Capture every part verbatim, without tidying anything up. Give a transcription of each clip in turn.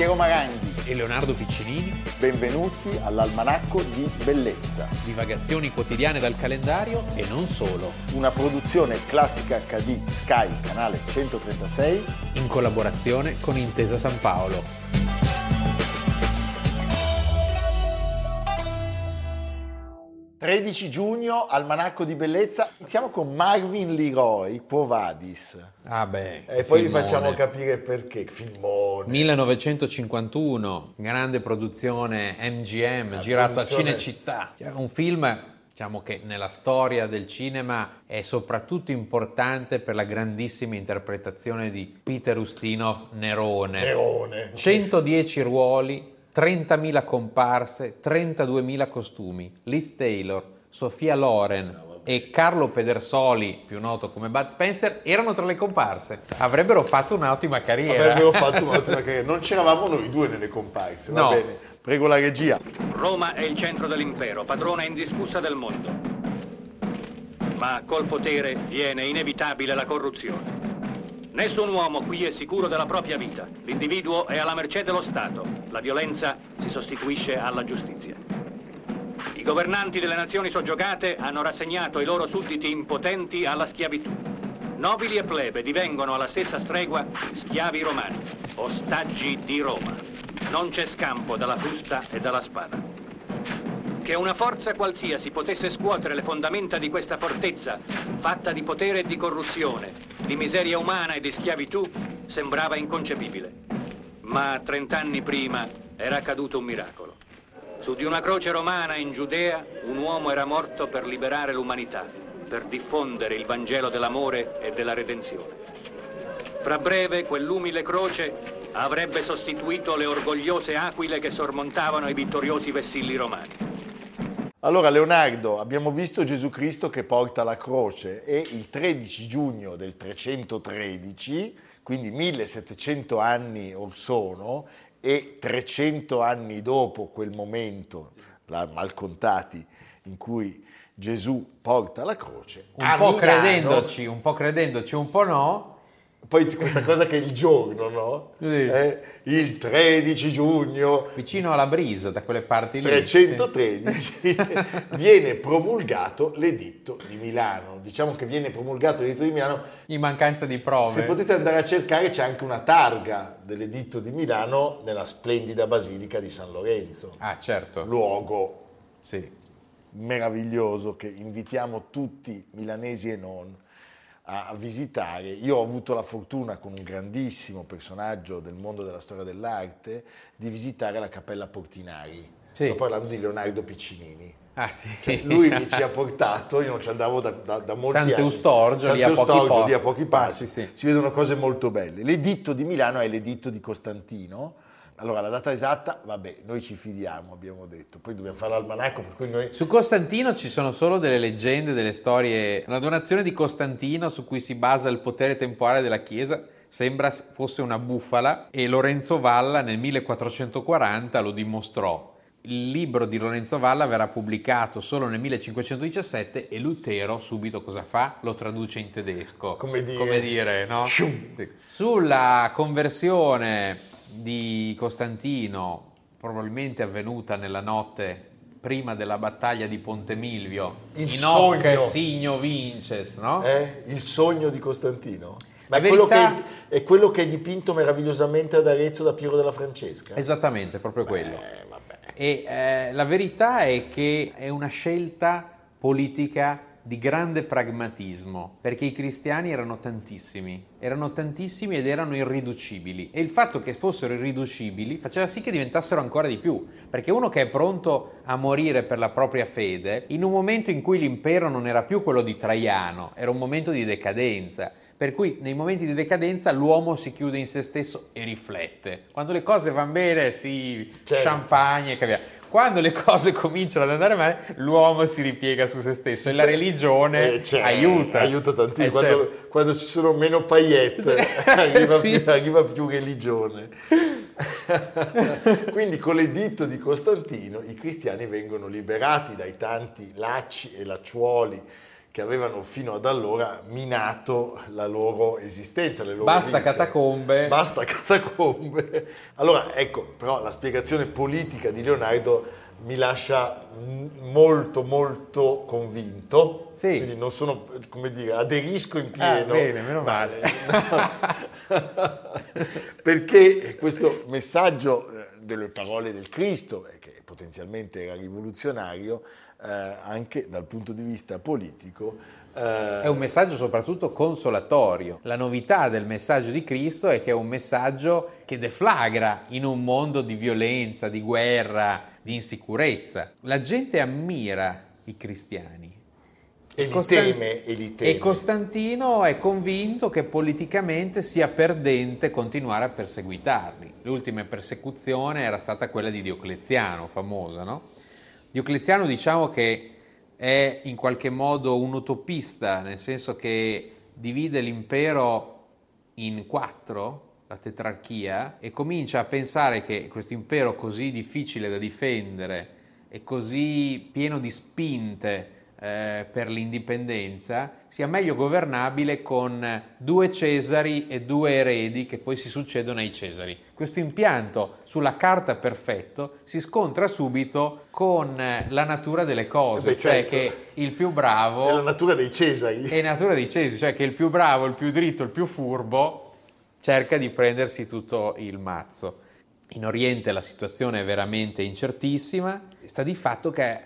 Piero Maranghi e Leonardo Piccinini. Benvenuti all'Almanacco di Bellezza. Divagazioni quotidiane dal calendario e non solo. Una produzione Classica acca di Sky, canale centotrentasei. In collaborazione con Intesa San Paolo. tredici giugno, Almanacco di Bellezza. Iniziamo con Marvin Leroy, Quo Vadis. Ah beh, E poi vi filmone. facciamo capire perché. Filmone. millenovecentocinquantuno, grande produzione M G M, La girato produzione... a Cinecittà. Un film, diciamo che nella storia del cinema è soprattutto importante per la grandissima interpretazione di Peter Ustinov, Nerone. Nerone. centodieci ruoli, trentamila comparse, trentaduemila costumi. Liz Taylor, Sofia Loren no, e Carlo Pedersoli, più noto come Bud Spencer, erano tra le comparse. Avrebbero fatto un'ottima carriera. Avrebbero fatto un'ottima carriera. Non c'eravamo noi due nelle comparse, va no. bene. Prego la regia. Roma è il centro dell'impero, padrona indiscussa del mondo. Ma col potere viene inevitabile la corruzione. Nessun uomo qui è sicuro della propria vita. L'individuo è alla mercé dello Stato. La violenza si sostituisce alla giustizia. I governanti delle nazioni soggiogate hanno rassegnato i loro sudditi impotenti alla schiavitù. Nobili e plebe divengono alla stessa stregua schiavi romani, ostaggi di Roma. Non c'è scampo dalla frusta e dalla spada. Che una forza qualsiasi potesse scuotere le fondamenta di questa fortezza, fatta di potere e di corruzione, di miseria umana e di schiavitù, sembrava inconcepibile. Ma trent'anni prima era accaduto un miracolo. Su di una croce romana in Giudea, un uomo era morto per liberare l'umanità, per diffondere il Vangelo dell'amore e della redenzione. Fra breve, quell'umile croce avrebbe sostituito le orgogliose aquile che sormontavano i vittoriosi vessilli romani. Allora Leonardo, abbiamo visto Gesù Cristo che porta la croce e il tredici giugno del trecentotredici, quindi millesettecento anni or sono, e trecento anni dopo quel momento, mal contati, in cui Gesù porta la croce, un a po' Milano, credendoci, un po' credendoci, un po' no. Poi questa cosa che è il giorno, no? Sì. Eh, il tredici giugno, vicino alla Brisa, da quelle parti lì, trecentotredici, viene promulgato l'editto di Milano. Diciamo che viene promulgato l'editto di Milano. In mancanza di prove. Se potete andare a cercare, c'è anche una targa dell'editto di Milano nella splendida basilica di San Lorenzo. Ah, certo. Luogo sì. meraviglioso che invitiamo tutti, milanesi e non, a visitare. Io ho avuto la fortuna, con un grandissimo personaggio del mondo della storia dell'arte, di visitare la Cappella Portinari. Sì. Sto parlando di Leonardo Piccinini. Ah, sì. Cioè, lui mi ci ha portato, io non ci andavo da, da, da molti anni. Sant'Eustorgio, lì a pochi Sant'Eustorgio, po- lì a pochi passi. Ah, sì, sì. Si vedono cose molto belle. L'editto di Milano è l'editto di Costantino. Allora, la data esatta, vabbè, noi ci fidiamo, abbiamo detto. Poi dobbiamo fare l'almanacco, per cui noi... Su Costantino ci sono solo delle leggende, delle storie. La donazione di Costantino, su cui si basa il potere temporale della Chiesa, sembra fosse una bufala, e Lorenzo Valla nel millequattrocentoquaranta lo dimostrò. Il libro di Lorenzo Valla verrà pubblicato solo nel millecinquecentodiciassette e Lutero subito cosa fa? Lo traduce in tedesco. Come dire, Come dire no? Sì. Sulla conversione di Costantino, probabilmente avvenuta nella notte prima della battaglia di Ponte Milvio, il in sogno, hoc signo vinces, no? Eh? Il sogno di Costantino. Ma La è, quello verità... che è, è quello che è dipinto meravigliosamente ad Arezzo da Piero della Francesca? Esattamente, proprio quello. Eh, vabbè. E eh, la verità è che è una scelta politica di grande pragmatismo, perché i cristiani erano tantissimi, erano tantissimi ed erano irriducibili, e il fatto che fossero irriducibili faceva sì che diventassero ancora di più, perché uno che è pronto a morire per la propria fede, in un momento in cui l'impero non era più quello di Traiano, era un momento di decadenza, per cui nei momenti di decadenza l'uomo si chiude in se stesso e riflette. Quando le cose vanno bene, sì, certo, champagne e caviale. Quando le cose cominciano ad andare male, l'uomo si ripiega su se stesso e la religione eh, cioè, aiuta. Aiuta tantissimo. Eh, quando, certo. quando ci sono meno paillette, arriva, sì. più, arriva più religione. Quindi con l'editto di Costantino i cristiani vengono liberati dai tanti lacci e lacciuoli che avevano fino ad allora minato la loro esistenza, le loro Basta vite. catacombe. Basta catacombe. Allora, ecco, però la spiegazione politica di Leonardo mi lascia molto molto convinto, sì. Quindi non sono, come dire, aderisco in pieno. Ah, bene, meno male. Perché questo messaggio delle parole del Cristo, che potenzialmente era rivoluzionario, eh, anche dal punto di vista politico, eh, è un messaggio soprattutto consolatorio. La novità del messaggio di Cristo è che è un messaggio che deflagra in un mondo di violenza, di guerra, di insicurezza. La gente ammira i cristiani. E li Costan- teme, e li teme. E Costantino è convinto che politicamente sia perdente continuare a perseguitarli. L'ultima persecuzione era stata quella di Diocleziano, famosa, no? Diocleziano, diciamo che è in qualche modo un utopista, nel senso che divide l'impero in quattro, la tetrarchia, e comincia a pensare che questo impero così difficile da difendere e così pieno di spinte eh, per l'indipendenza sia meglio governabile con due Cesari e due eredi che poi si succedono ai Cesari. Questo impianto sulla carta perfetto si scontra subito con la natura delle cose, Eh beh, cioè certo. che il più bravo È la natura dei Cesari. è la natura dei Cesari, cioè che il più bravo, il più dritto, il più furbo cerca di prendersi tutto il mazzo. In Oriente la situazione è veramente incertissima, sta di fatto che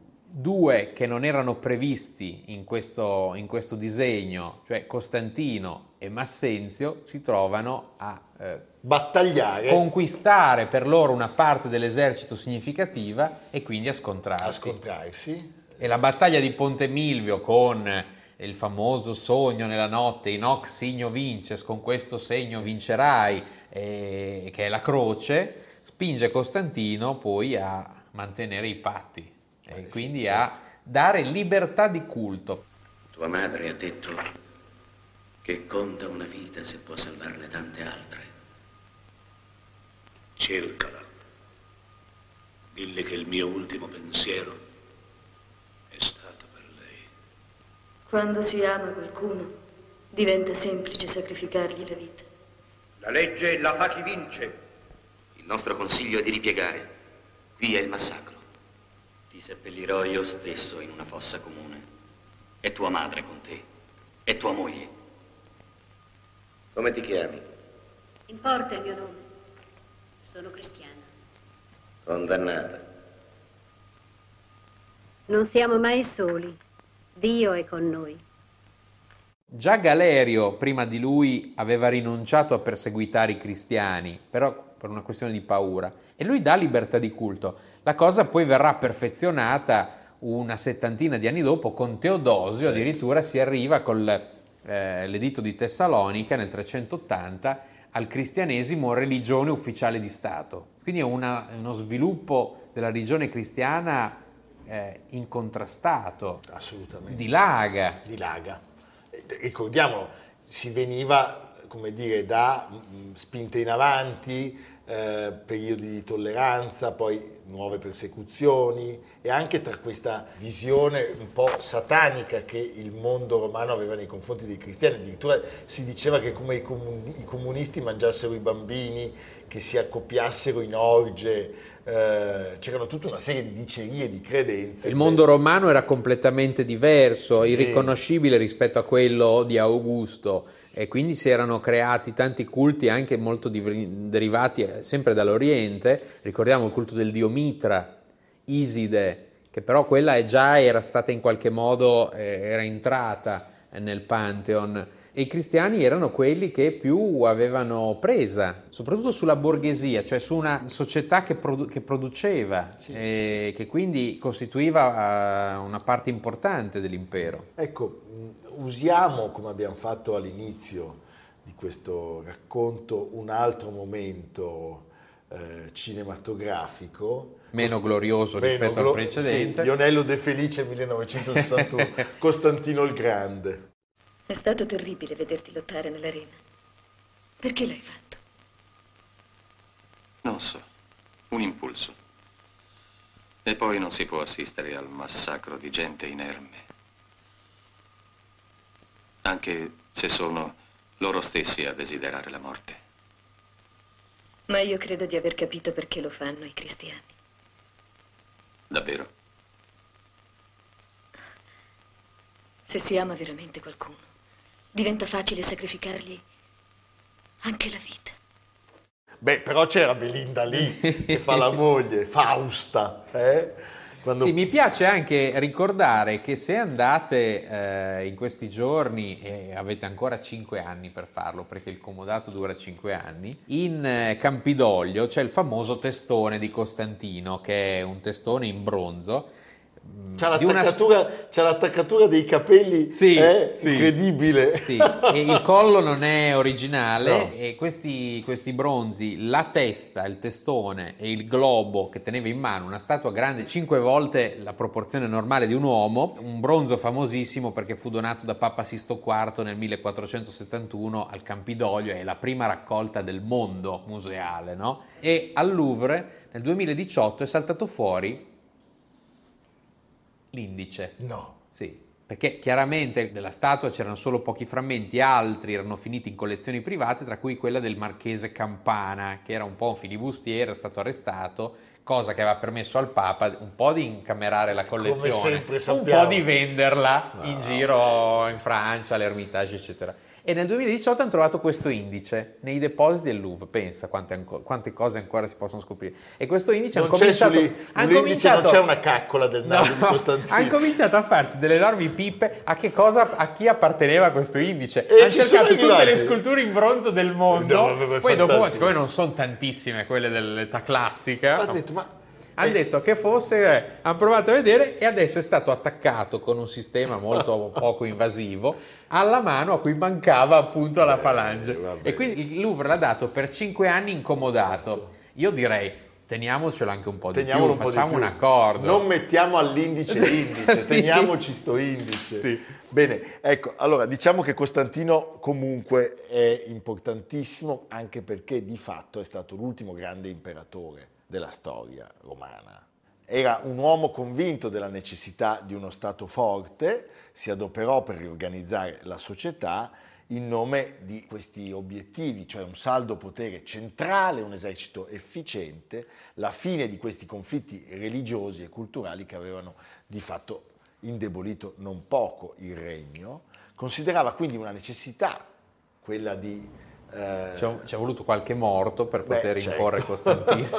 due che non erano previsti in questo, in questo disegno, cioè Costantino e Massenzio, si trovano a eh, battagliare, conquistare per loro una parte dell'esercito significativa e quindi a scontrarsi. a scontrarsi. E la battaglia di Ponte Milvio con il famoso sogno nella notte, in hoc signo vinces, con questo segno vincerai, eh, che è la croce, spinge Costantino poi a mantenere i patti e eh, quindi sì, a dare libertà di culto. Tua madre ha detto che conta una vita se può salvarne tante altre. Cercala. Dille che il mio ultimo pensiero è stato per lei. Quando si ama qualcuno, diventa semplice sacrificargli la vita. La legge la fa chi vince. Il nostro consiglio è di ripiegare. Qui è il massacro. Ti seppellirò io stesso in una fossa comune. E tua madre con te. E tua moglie. Come ti chiami? Importa il mio nome. Sono cristiana. Condannata. Non siamo mai soli. Dio è con noi. Già Galerio, prima di lui, aveva rinunciato a perseguitare i cristiani, però per una questione di paura, e lui dà libertà di culto. La cosa poi verrà perfezionata una settantina di anni dopo con Teodosio, certo. Addirittura si arriva con eh, l'editto di Tessalonica nel trecentottanta al cristianesimo religione ufficiale di Stato. Quindi è una, uno sviluppo della religione cristiana eh, incontrastato, assolutamente, dilaga. dilaga. Ricordiamo, si veniva, come dire, da mh, spinte in avanti, eh, periodi di tolleranza, poi nuove persecuzioni, e anche tra questa visione un po' satanica che il mondo romano aveva nei confronti dei cristiani. Addirittura si diceva che come i, comuni, i comunisti mangiassero i bambini, che si accoppiassero in orge, eh, c'erano tutta una serie di dicerie, di credenze. Il mondo romano era completamente diverso, sì, irriconoscibile rispetto a quello di Augusto, e quindi si erano creati tanti culti anche molto div- derivati sempre dall'Oriente. Ricordiamo il culto del dio Mitra, Iside, che però quella è già era stata in qualche modo, eh, era entrata nel Pantheon. E i cristiani erano quelli che più avevano presa, soprattutto sulla borghesia, cioè su una società che, produ- che produceva, sì. E che quindi costituiva uh, una parte importante dell'impero. Ecco, usiamo, come abbiamo fatto all'inizio di questo racconto, un altro momento eh, cinematografico. Meno glorioso meno rispetto glo- al precedente. Sì, Lionello De Felice, millenovecentosessantuno, Costantino il Grande. È stato terribile vederti lottare nell'arena. Perché l'hai fatto? Non so, un impulso. E poi non si può assistere al massacro di gente inerme. anche se sono loro stessi a desiderare la morte. Ma io credo di aver capito perché lo fanno i cristiani. Davvero? Se si ama veramente qualcuno, diventa facile sacrificargli anche la vita. Beh, però c'era Belinda lì, che fa la moglie, Fausta, eh? Quando... Sì, mi piace anche ricordare che se andate eh, in questi giorni, e avete ancora cinque anni per farlo, perché il comodato dura cinque anni, in eh, Campidoglio c'è il famoso testone di Costantino, che è un testone in bronzo. C'ha l'attaccatura, una... c'ha l'attaccatura dei capelli, sì, è sì. incredibile. Sì. E il collo non è originale, no. E questi, questi bronzi, la testa, il testone e il globo che teneva in mano, una statua grande cinque volte la proporzione normale di un uomo, un bronzo famosissimo perché fu donato da Papa Sisto quarto nel millequattrocentosettantuno al Campidoglio, è la prima raccolta del mondo museale, no? E al Louvre nel duemiladiciotto è saltato fuori l'indice. No. Sì, perché chiaramente della statua c'erano solo pochi frammenti, altri erano finiti in collezioni private, tra cui quella del marchese Campana, che era un po' un filibustiere, era stato arrestato, cosa che aveva permesso al Papa un po' di incamerare la collezione, come sempre un sappiamo. po' di venderla no. in giro in Francia, all'Ermitage, eccetera. E nel duemiladiciotto hanno trovato questo indice nei depositi del Louvre, pensa quante, anco, quante cose ancora si possono scoprire. E questo indice non hanno cominciato, c'è han non cominciato c'è una caccola del naso no, di Costantino. Hanno cominciato a farsi delle enormi pippe a che cosa, a chi apparteneva questo indice. E hanno ci cercato sono tutte arrivati. le sculture in bronzo del mondo. No, vabbè, poi dopo, fantastico. siccome non sono tantissime quelle dell'età classica, Ha detto, ma hanno detto che fosse, eh, hanno provato a vedere e adesso è stato attaccato con un sistema molto poco invasivo alla mano a cui mancava appunto la falange. Eh, e quindi il Louvre l'ha dato per cinque anni incomodato. Io direi teniamocelo anche un po' di teniamolo più, un po' facciamo di più. un accordo. Non mettiamo all'indice l'indice, Sì. teniamoci sto indice. Sì. Bene, ecco, allora diciamo che Costantino comunque è importantissimo anche perché di fatto è stato l'ultimo grande imperatore della storia romana. Era un uomo convinto della necessità di uno Stato forte, si adoperò per riorganizzare la società in nome di questi obiettivi, cioè un saldo potere centrale, un esercito efficiente, la fine di questi conflitti religiosi e culturali che avevano di fatto indebolito non poco il regno. Considerava quindi una necessità quella di Eh, ci è voluto qualche morto per beh, poter certo. imporre Costantino.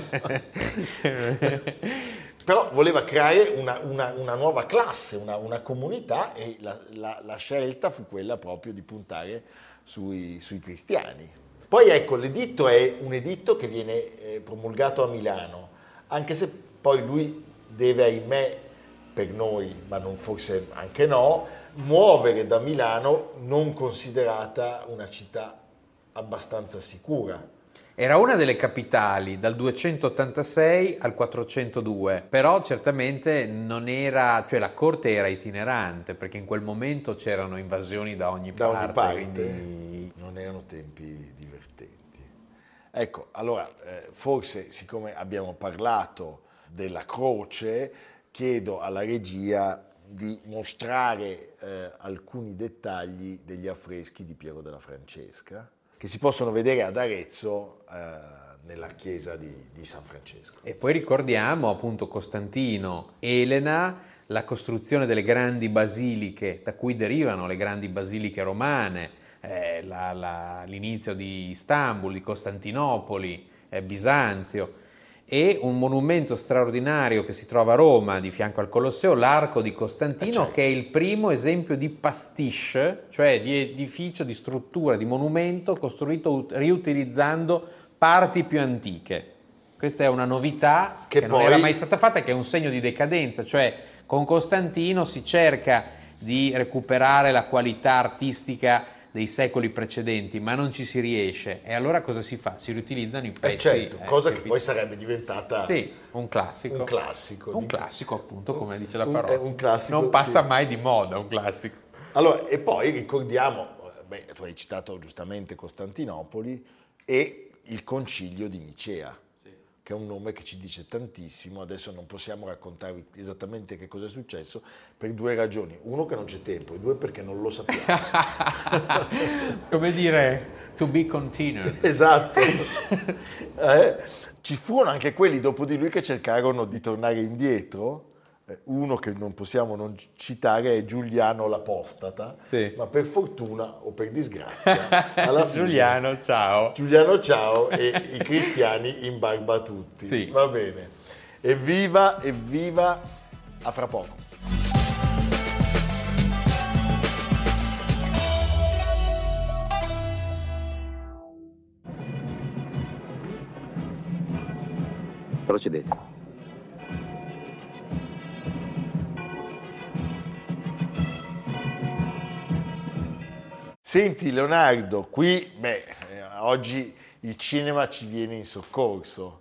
Però voleva creare una, una, una nuova classe, una, una comunità e la, la, la scelta fu quella proprio di puntare sui, sui cristiani. Poi ecco, l'editto è un editto che viene eh, promulgato a Milano, anche se poi lui deve, ahimè, per noi, ma non forse anche no, muovere da Milano, non considerata una città abbastanza sicura. Era una delle capitali dal duecentottantasei al quattrocentodue, però certamente non era, cioè la corte era itinerante, perché in quel momento c'erano invasioni da ogni da parte. ogni parte, Quindi... non erano tempi divertenti. Ecco, allora, eh, forse siccome abbiamo parlato della croce, chiedo alla regia di mostrare eh, alcuni dettagli degli affreschi di Piero della Francesca, che si possono vedere ad Arezzo eh, nella chiesa di, di San Francesco. E poi ricordiamo appunto Costantino, Elena, la costruzione delle grandi basiliche da cui derivano le grandi basiliche romane, eh, la, la, l'inizio di Istanbul, di Costantinopoli, eh, Bisanzio, e un monumento straordinario che si trova a Roma di fianco al Colosseo, l'Arco di Costantino, eh certo. che è il primo esempio di pastiche, cioè di edificio, di struttura, di monumento costruito riutilizzando parti più antiche. Questa è una novità che, che poi... non era mai stata fatta, che è un segno di decadenza, cioè con Costantino si cerca di recuperare la qualità artistica dei secoli precedenti, ma non ci si riesce. E allora cosa si fa? Si riutilizzano i pezzi. Eh certo, eh, cosa che che poi sarebbe diventata sì, un classico. Un classico. Un di... classico, appunto, come dice la un, parola. Un classico, non passa sì. mai di moda, un classico. Allora, e poi ricordiamo, beh, tu hai citato giustamente Costantinopoli e il concilio di Nicea. Sì. che è un nome che ci dice tantissimo. Adesso non possiamo raccontarvi esattamente che cosa è successo per due ragioni: uno, che non c'è tempo, e due, perché non lo sappiamo. Come dire, to be continued. Esatto. eh, ci furono anche quelli dopo di lui che cercarono di tornare indietro. Uno che non possiamo non citare è Giuliano l'Apostata, sì. Ma per fortuna o per disgrazia alla fine Giuliano ciao Giuliano ciao e i cristiani in barba a tutti, sì. Va bene, evviva, evviva, a fra poco. Procedete. Senti Leonardo, qui beh, eh, oggi il cinema ci viene in soccorso,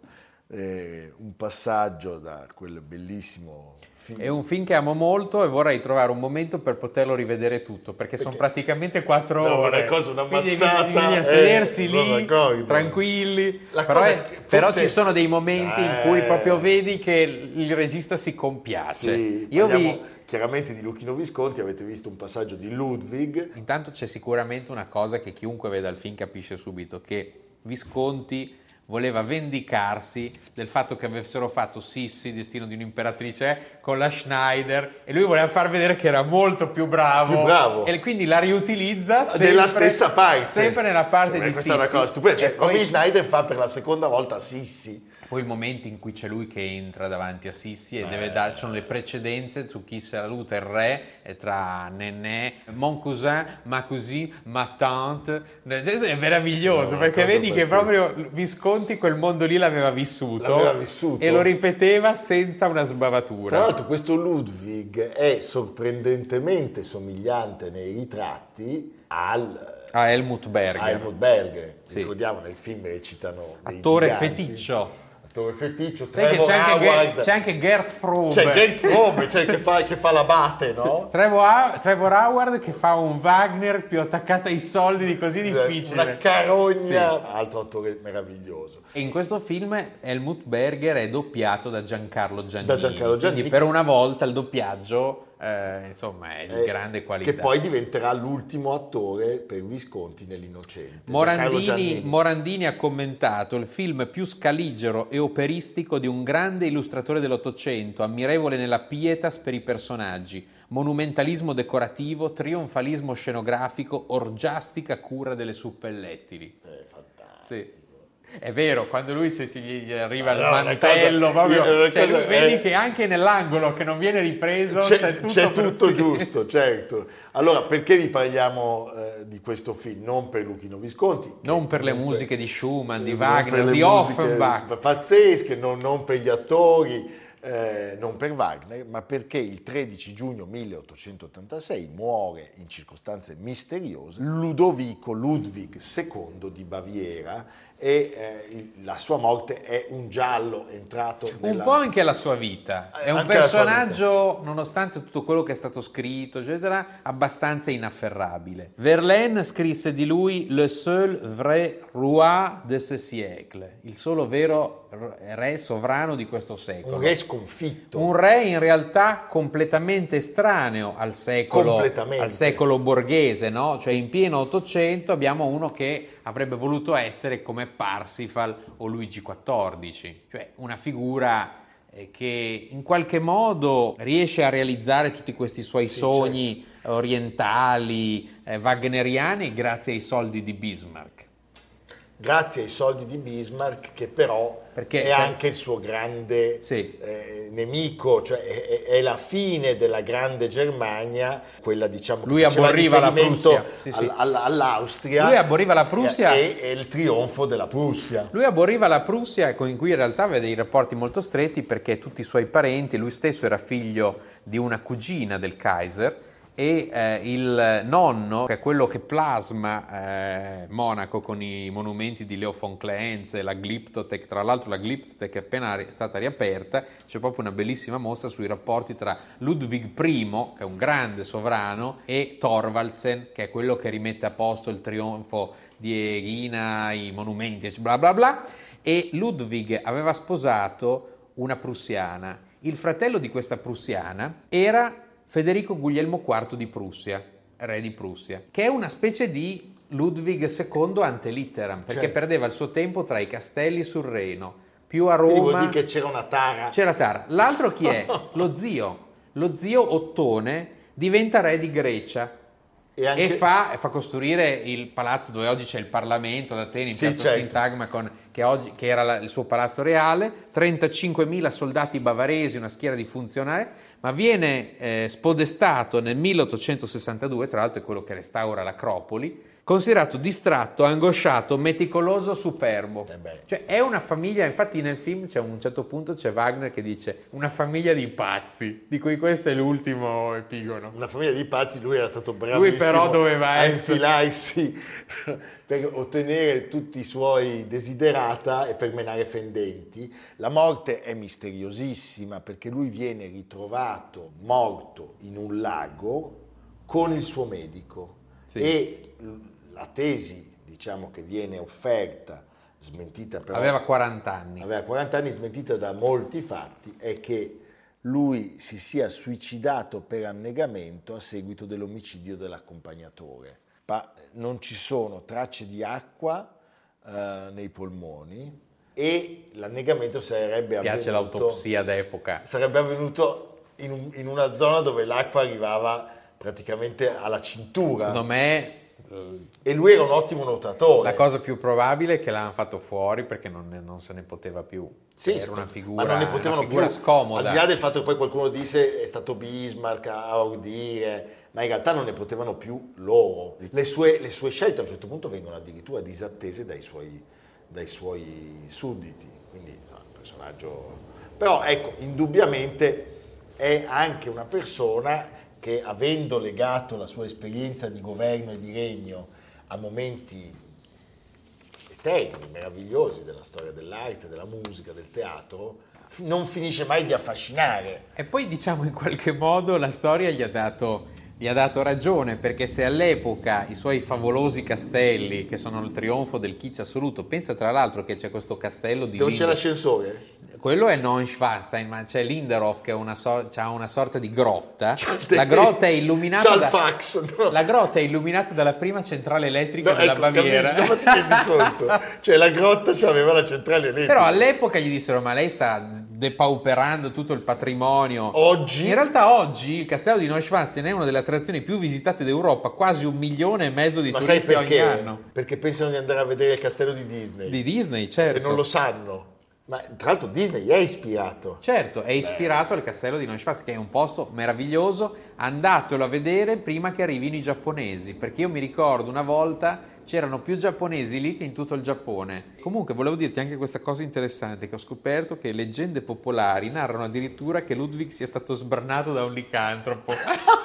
eh, un passaggio da quel bellissimo film. È un film che amo molto e vorrei trovare un momento per poterlo rivedere tutto, perché, perché? sono praticamente quattro no, ore. Una cosa, una Quindi mazzata. Bisogna eh, sedersi lì, d'accordo. tranquilli. La però cosa è, forse... però ci sono dei momenti eh, in cui proprio vedi che il regista si compiace. Sì, Io parliamo... vi... Chiaramente di Luchino Visconti, avete visto un passaggio di Ludwig. Intanto c'è sicuramente una cosa che chiunque veda il film capisce subito, che Visconti voleva vendicarsi del fatto che avessero fatto Sissi, Destino di un'imperatrice, con la Schneider, e lui voleva far vedere che era molto più bravo, più bravo. E quindi la riutilizza sempre, nella stessa parte, sempre nella parte Beh, di questa Sissi. È una cosa stupenda, cioè, poi... come Schneider fa per la seconda volta Sissi. Poi il momento in cui c'è lui che entra davanti a Sissi e eh. deve dare, sono le precedenze su chi saluta il re, e tra Nenè, mon cousin, ma così, ma tante, è meraviglioso, no, perché vedi pazzesco. Che proprio Visconti quel mondo lì l'aveva vissuto, l'aveva vissuto e lo ripeteva senza una sbavatura. Tra l'altro questo Ludwig è sorprendentemente somigliante nei ritratti al... a Helmut Berger. A Helmut Berger, sì. Ricordiamo nel film recitano dei attore giganti. feticcio. Attore feticcio, Trevor c'è, anche Howard. C'è anche Gert Frobe. C'è Gert Frobe, cioè, che, fa, che fa l'abate, no? Trevor, Trevor Howard che fa un Wagner più attaccato ai soldi di così difficile. Una carogna, sì. Altro attore meraviglioso. E in questo film Helmut Berger è doppiato da Giancarlo Giannini. Da Giancarlo Giannini. Quindi per una volta il doppiaggio eh, insomma è di eh, grande qualità. Che poi diventerà l'ultimo attore per Visconti nell'Innocente. Morandini, Morandini ha commentato: il film più scaligero e operistico di un grande illustratore dell'Ottocento, ammirevole nella pietas per i personaggi, monumentalismo decorativo, trionfalismo scenografico, orgiastica cura delle suppellettili. È fantastico. Sì. È vero, quando lui se gli arriva il no, mantello, cosa, proprio, cioè, cosa, vedi eh, che anche nell'angolo che non viene ripreso c'è, c'è tutto, c'è tutto giusto, giusto, certo. Allora, perché vi parliamo eh, di questo film? Non per Luchino Visconti, non per le non musiche per, di Schumann, di non Wagner, di Offenbach, pazzesche, non, non per gli attori, eh, non per Wagner, ma perché il tredici giugno milleottocentottantasei muore in circostanze misteriose Ludovico Ludwig secondo di Baviera, e eh, la sua morte è un giallo entrato nella... un po' anche la sua vita, è un anche personaggio, nonostante tutto quello che è stato scritto eccetera, abbastanza inafferrabile. Verlaine scrisse di lui le seul vrai roi de ce siècle, il solo vero re sovrano di questo secolo, un re sconfitto, un re in realtà completamente estraneo al secolo, al secolo borghese, no? Cioè in pieno Ottocento abbiamo uno che avrebbe voluto essere come Parsifal o Luigi quattordici, cioè una figura eh, che in qualche modo riesce a realizzare tutti questi suoi sì, sogni certo. orientali, eh, wagneriani, grazie ai soldi di Bismarck. Grazie ai soldi di Bismarck, che però Perché, è anche il suo grande sì. eh, nemico, cioè è, è la fine della grande Germania, quella diciamo lui che aborriva la Prussia, sì, sì. All, all'Austria. Lui aborriva la Prussia e, e il trionfo della Prussia. Lui aborriva la Prussia, con cui in realtà aveva dei rapporti molto stretti, perché tutti i suoi parenti, lui stesso era figlio di una cugina del Kaiser, e eh, il nonno, che è quello che plasma eh, Monaco con i monumenti di Leo von Klenze, la Glyptothek, tra l'altro la Glyptothek è appena ri- stata riaperta, c'è proprio una bellissima mostra sui rapporti tra Ludwig I, che è un grande sovrano, e Thorvaldsen, che è quello che rimette a posto il trionfo di Egina, i monumenti, bla bla bla. e Ludwig aveva sposato una prussiana. Il fratello di questa prussiana era Federico Guglielmo quarto di Prussia, re di Prussia, che è una specie di Ludwig secondo ante litteram, perché certo. perdeva il suo tempo tra i castelli sul Reno, più a Roma. Quindi vuol dire che c'era una tara. C'era tara. L'altro chi è? Lo zio. Lo zio Ottone diventa re di Grecia. E, anche... e fa, fa costruire il palazzo dove oggi c'è il Parlamento ad Atene, in sì, piazza certo. Sintagma, con, che, oggi, che era la, il suo palazzo reale, trentacinquemila soldati bavaresi, una schiera di funzionari, ma viene eh, spodestato nel milleottocentosessantadue, tra l'altro è quello che restaura l'Acropoli, considerato distratto, angosciato, meticoloso, superbo. Eh cioè è una famiglia, infatti nel film c'è un certo punto c'è Wagner che dice una famiglia di pazzi, di cui questo è l'ultimo epigono. Una famiglia di pazzi, lui era stato bravissimo. Lui però doveva a essere... infilarsi per ottenere tutti i suoi desiderata e per menare fendenti. La morte è misteriosissima perché lui viene ritrovato morto in un lago con il suo medico. Sì. E la tesi, diciamo, che viene offerta, smentita però... Aveva quaranta anni. Aveva quaranta anni, smentita da molti fatti, è che lui si sia suicidato per annegamento a seguito dell'omicidio dell'accompagnatore. Ma non ci sono tracce di acqua eh, nei polmoni e l'annegamento sarebbe avvenuto... Piace l'autopsia d'epoca. Sarebbe avvenuto in, un, in una zona dove l'acqua arrivava praticamente alla cintura. Secondo me... E lui era un ottimo nuotatore. La cosa più probabile è che l'hanno fatto fuori perché non, ne, non se ne poteva più. Sì, era una figura, ma non ne potevano una figura più. Scomoda. Al di là del fatto che poi qualcuno disse è stato Bismarck a ordire, ma in realtà non ne potevano più loro. Le sue, le sue scelte a un certo punto vengono addirittura disattese dai suoi, dai suoi sudditi. Quindi no, un personaggio... Però ecco, indubbiamente è anche una persona che, avendo legato la sua esperienza di governo e di regno a momenti eterni, meravigliosi della storia dell'arte, della musica, del teatro, non finisce mai di affascinare. E poi, diciamo, in qualche modo la storia gli ha dato, gli ha dato ragione, perché se all'epoca i suoi favolosi castelli, che sono il trionfo del kitsch assoluto, pensa tra l'altro che c'è questo castello di... Dove c'è l'ascensore? Quello è Neuschwanstein, ma c'è Linderhof che è una, so- c'ha una sorta di grotta. La grotta è illuminata c'ha il da- fax, no? La grotta è illuminata dalla prima centrale elettrica No, della ecco, Baviera. Capisci, non ti rendi conto? Cioè la grotta aveva la centrale elettrica. Però all'epoca gli dissero: ma lei sta depauperando tutto il patrimonio. Oggi? In realtà oggi il castello di Neuschwanstein è una delle attrazioni più visitate d'Europa, quasi un milione e mezzo di Ma turisti sai perché? ogni anno. Perché pensano di andare a vedere il castello di Disney. Di Disney, certo. E non lo sanno. Ma tra l'altro Disney è ispirato. Certo, è ispirato Beh. al castello di Neuschwanstein, che è un posto meraviglioso. Andatelo a vedere prima che arrivino i giapponesi, perché io mi ricordo una volta c'erano più giapponesi lì che in tutto il Giappone. Comunque volevo dirti anche questa cosa interessante, che ho scoperto che leggende popolari narrano addirittura che Ludwig sia stato sbranato da un licantropo.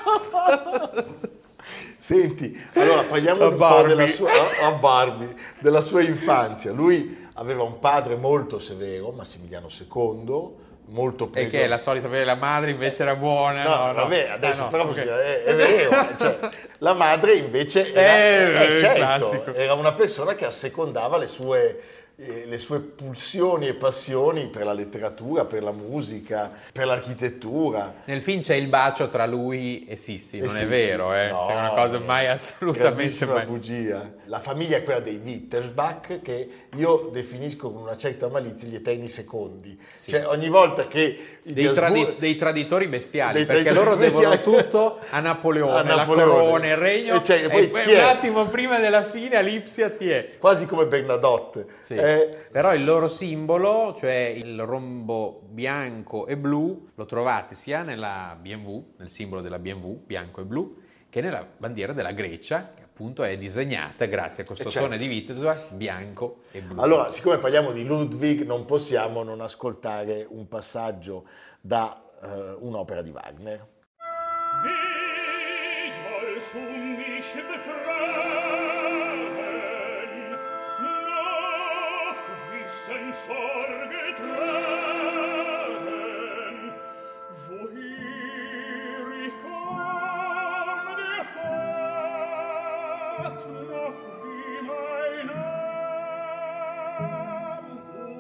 Senti, allora parliamo un po' della sua, a Barbie, della sua infanzia. Lui aveva un padre molto severo, Massimiliano secondo, molto preso... E che è la solita, la madre invece era buona. No, no, no. vabbè, adesso ah, no, però okay. è, è vero. Cioè, la madre invece era, eh, eh, certo, classico. era una persona che assecondava le sue... le sue pulsioni e passioni per la letteratura, per la musica, per l'architettura. Nel film c'è il bacio tra lui e Sissi, e non Sissi. è vero, eh? No, è una cosa mai assolutamente una mai. bugia. La famiglia è quella dei Wittelsbach, che io definisco con una certa malizia gli eterni secondi. Sì. Cioè ogni volta che... Dei, tradi- dei traditori bestiali, dei perché traditori loro bestiali. devono tutto a Napoleone, a Napoleone. la corona, il regno, e, cioè, e poi e poi un attimo prima della fine a Lipsia ti è. Quasi come Bernadotte. Sì. Eh, Però il loro simbolo, cioè il rombo bianco e blu, lo trovate sia nella B M W, nel simbolo della B M W, bianco e blu, che nella bandiera della Grecia, che appunto è disegnata grazie a questo certo. tone di Wittelsbach, bianco e blu. Allora, siccome parliamo di Ludwig, non possiamo non ascoltare un passaggio da uh, un'opera di Wagner. Wie sollst du mich befragen? Noch Wissen, Sorge tragen, woher ich komm, der Pfad, noch wie mein Arm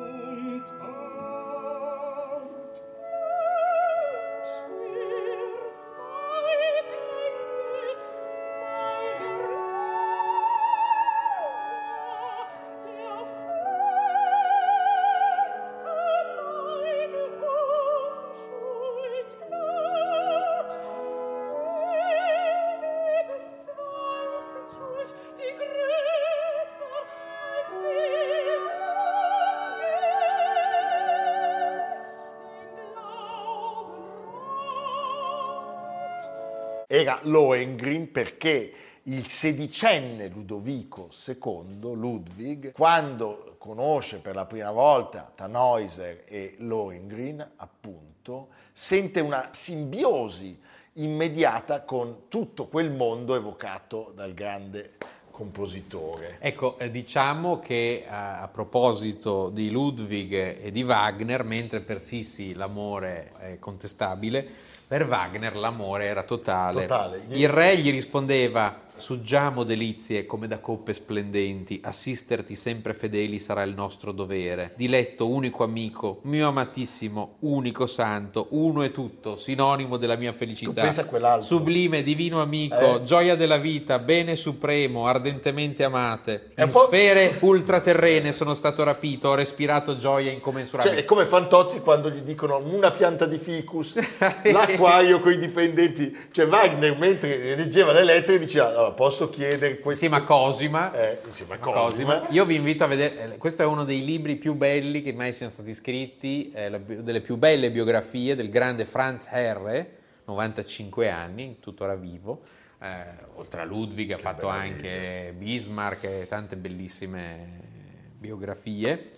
era Lohengrin, perché il sedicenne Ludovico secondo, Ludwig, quando conosce per la prima volta Tannhäuser e Lohengrin, appunto, sente una simbiosi immediata con tutto quel mondo evocato dal grande compositore. Ecco, eh, diciamo che a, a proposito di Ludwig e di Wagner, mentre per Sissi l'amore è contestabile, per Wagner l'amore era totale. Totale. Il re gli rispondeva: suggiamo delizie come da coppe splendenti, assisterti sempre fedeli sarà il nostro dovere. Diletto, unico amico, mio amatissimo, unico santo, uno è tutto, sinonimo della mia felicità. Tu pensa a quell'altro. Sublime, divino amico, Eh? gioia della vita, bene supremo, ardentemente amate. È In un po'- sfere ultraterrene sono stato rapito, ho respirato gioia incommensurabile. Cioè, è come Fantozzi quando gli dicono una pianta di ficus, l'acquario con i dipendenti. Cioè Wagner, mentre leggeva le lettere, diceva: allora, posso chiedere questo? Insieme a Cosima. Eh, insieme a Cosima. Cosima. Io vi invito a vedere, eh, questo è uno dei libri più belli che mai siano stati scritti, eh, la- delle più belle biografie del grande Franz Herre, novantacinque anni, tuttora vivo. Eh, oltre a Ludwig ha fatto anche Bismarck e tante bellissime biografie,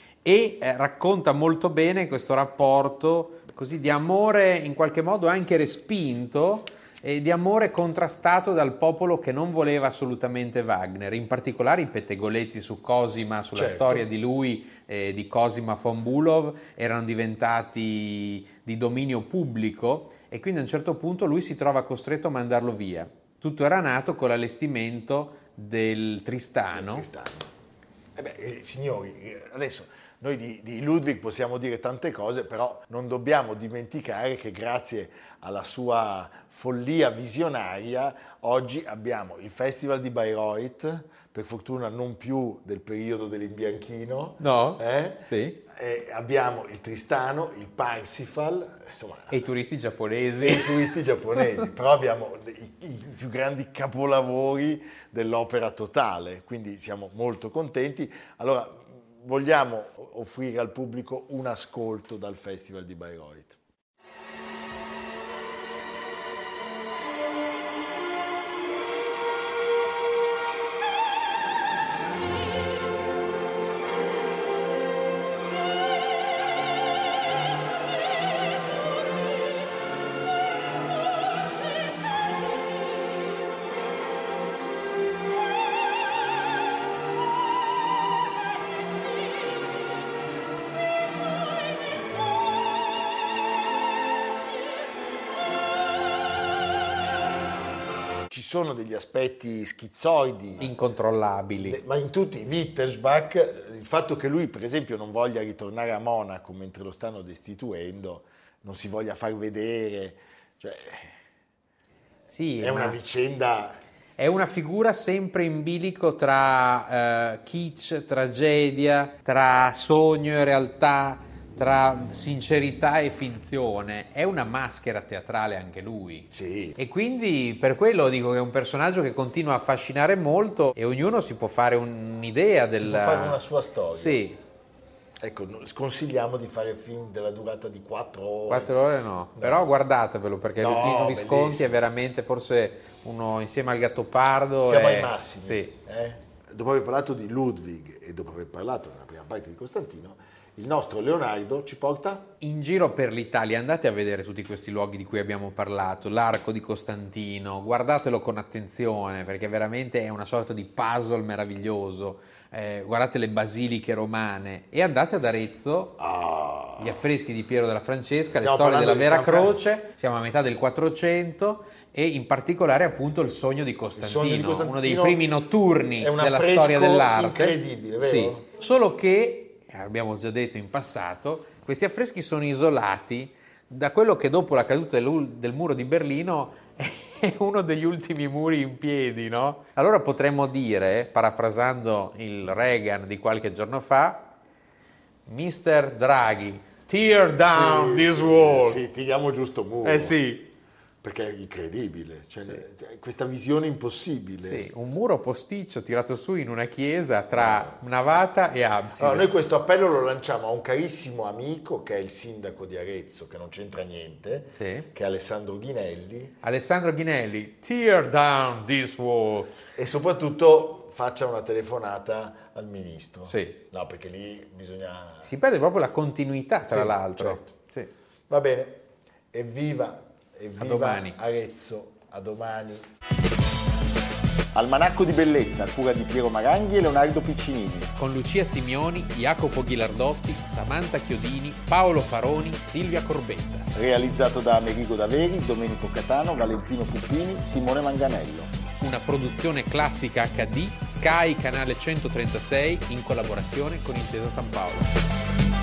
e eh, racconta molto bene questo rapporto così di amore in qualche modo anche respinto e di amore contrastato dal popolo che non voleva assolutamente Wagner, in particolare i pettegolezzi su Cosima, sulla Certo. storia di lui, eh, di Cosima von Bülow, erano diventati di dominio pubblico, e quindi a un certo punto lui si trova costretto a mandarlo via. Tutto era nato con l'allestimento del Tristano. Tristano. Eh beh, eh, signori, eh, adesso noi di, di Ludwig possiamo dire tante cose, però non dobbiamo dimenticare che grazie alla sua follia visionaria oggi abbiamo il Festival di Bayreuth, per fortuna non più del periodo dell'imbianchino. No? eh? Sì. E abbiamo il Tristano, il Parsifal, insomma, E i turisti giapponesi. e i turisti giapponesi, però abbiamo i, i più grandi capolavori dell'opera totale, quindi siamo molto contenti. Allora, vogliamo offrire al pubblico un ascolto dal Festival di Bayreuth. Ci sono degli aspetti schizoidi, Incontrollabili. ma in tutti, Wittelsbach, il fatto che lui per esempio non voglia ritornare a Monaco mentre lo stanno destituendo, non si voglia far vedere, cioè Sì, è una ma- vicenda. È una figura sempre in bilico tra eh, kitsch, tragedia, tra sogno e realtà, tra sincerità e finzione. È una maschera teatrale anche lui. Sì. E quindi per quello dico che è un personaggio che continua a affascinare molto, e ognuno si può fare un'idea del... Si può fare una sua storia. Sì, Ecco, no- sconsigliamo di fare film della durata di quattro ore. quattro ore no, però guardatevelo, perché No, Luchino Visconti bellissimo. è veramente forse uno insieme al Gattopardo. Siamo è- ai massimi. Sì. eh? Dopo aver parlato di Ludwig e dopo aver parlato nella prima parte di Costantino, il nostro Leonardo ci porta In giro per l'Italia andate a vedere tutti questi luoghi di cui abbiamo parlato, l'Arco di Costantino, guardatelo con attenzione perché veramente è una sorta di puzzle meraviglioso, eh, guardate le basiliche romane, e andate ad Arezzo, gli affreschi di Piero della Francesca, le Stiamo storie della parlando Vera di San Croce, siamo a metà del quattrocento, e in particolare appunto il Sogno di Costantino, Sogno di Costantino uno dei primi notturni è un della affresco storia dell'arte. incredibile, vero? Sì. Solo che, abbiamo già detto in passato, questi affreschi sono isolati da quello che dopo la caduta del, del muro di Berlino è uno degli ultimi muri in piedi, no? Allora potremmo dire, parafrasando il Reagan di qualche giorno fa, mister Draghi, tear down Sì, this sì, wall. Sì, tiriamo giusto muro. Eh sì, perché è incredibile, cioè, sì. questa visione impossibile. Sì, un muro posticcio tirato su in una chiesa tra navata e abside. Allora, noi questo appello lo lanciamo a un carissimo amico che è il sindaco di Arezzo, che non c'entra niente, sì. che è Alessandro Ghinelli. Alessandro Ghinelli, tear down this wall. E soprattutto faccia una telefonata al ministro. Sì. No, perché lì bisogna... Si perde proprio la continuità, tra sì, l'altro. Certo. Sì. Va bene, evviva, evviva a domani. Arezzo, a domani. Almanacco di bellezza, a cura di Piero Maranghi e Leonardo Piccinini. Con Lucia Simioni, Jacopo Ghilardotti, Samantha Chiodini, Paolo Faroni, Silvia Corbetta. Realizzato da Amerigo Daveri, Domenico Catano, Valentino Puppini, Simone Manganello. Una produzione classica acca di, Sky Canale centotrentasei, in collaborazione con Intesa San Paolo.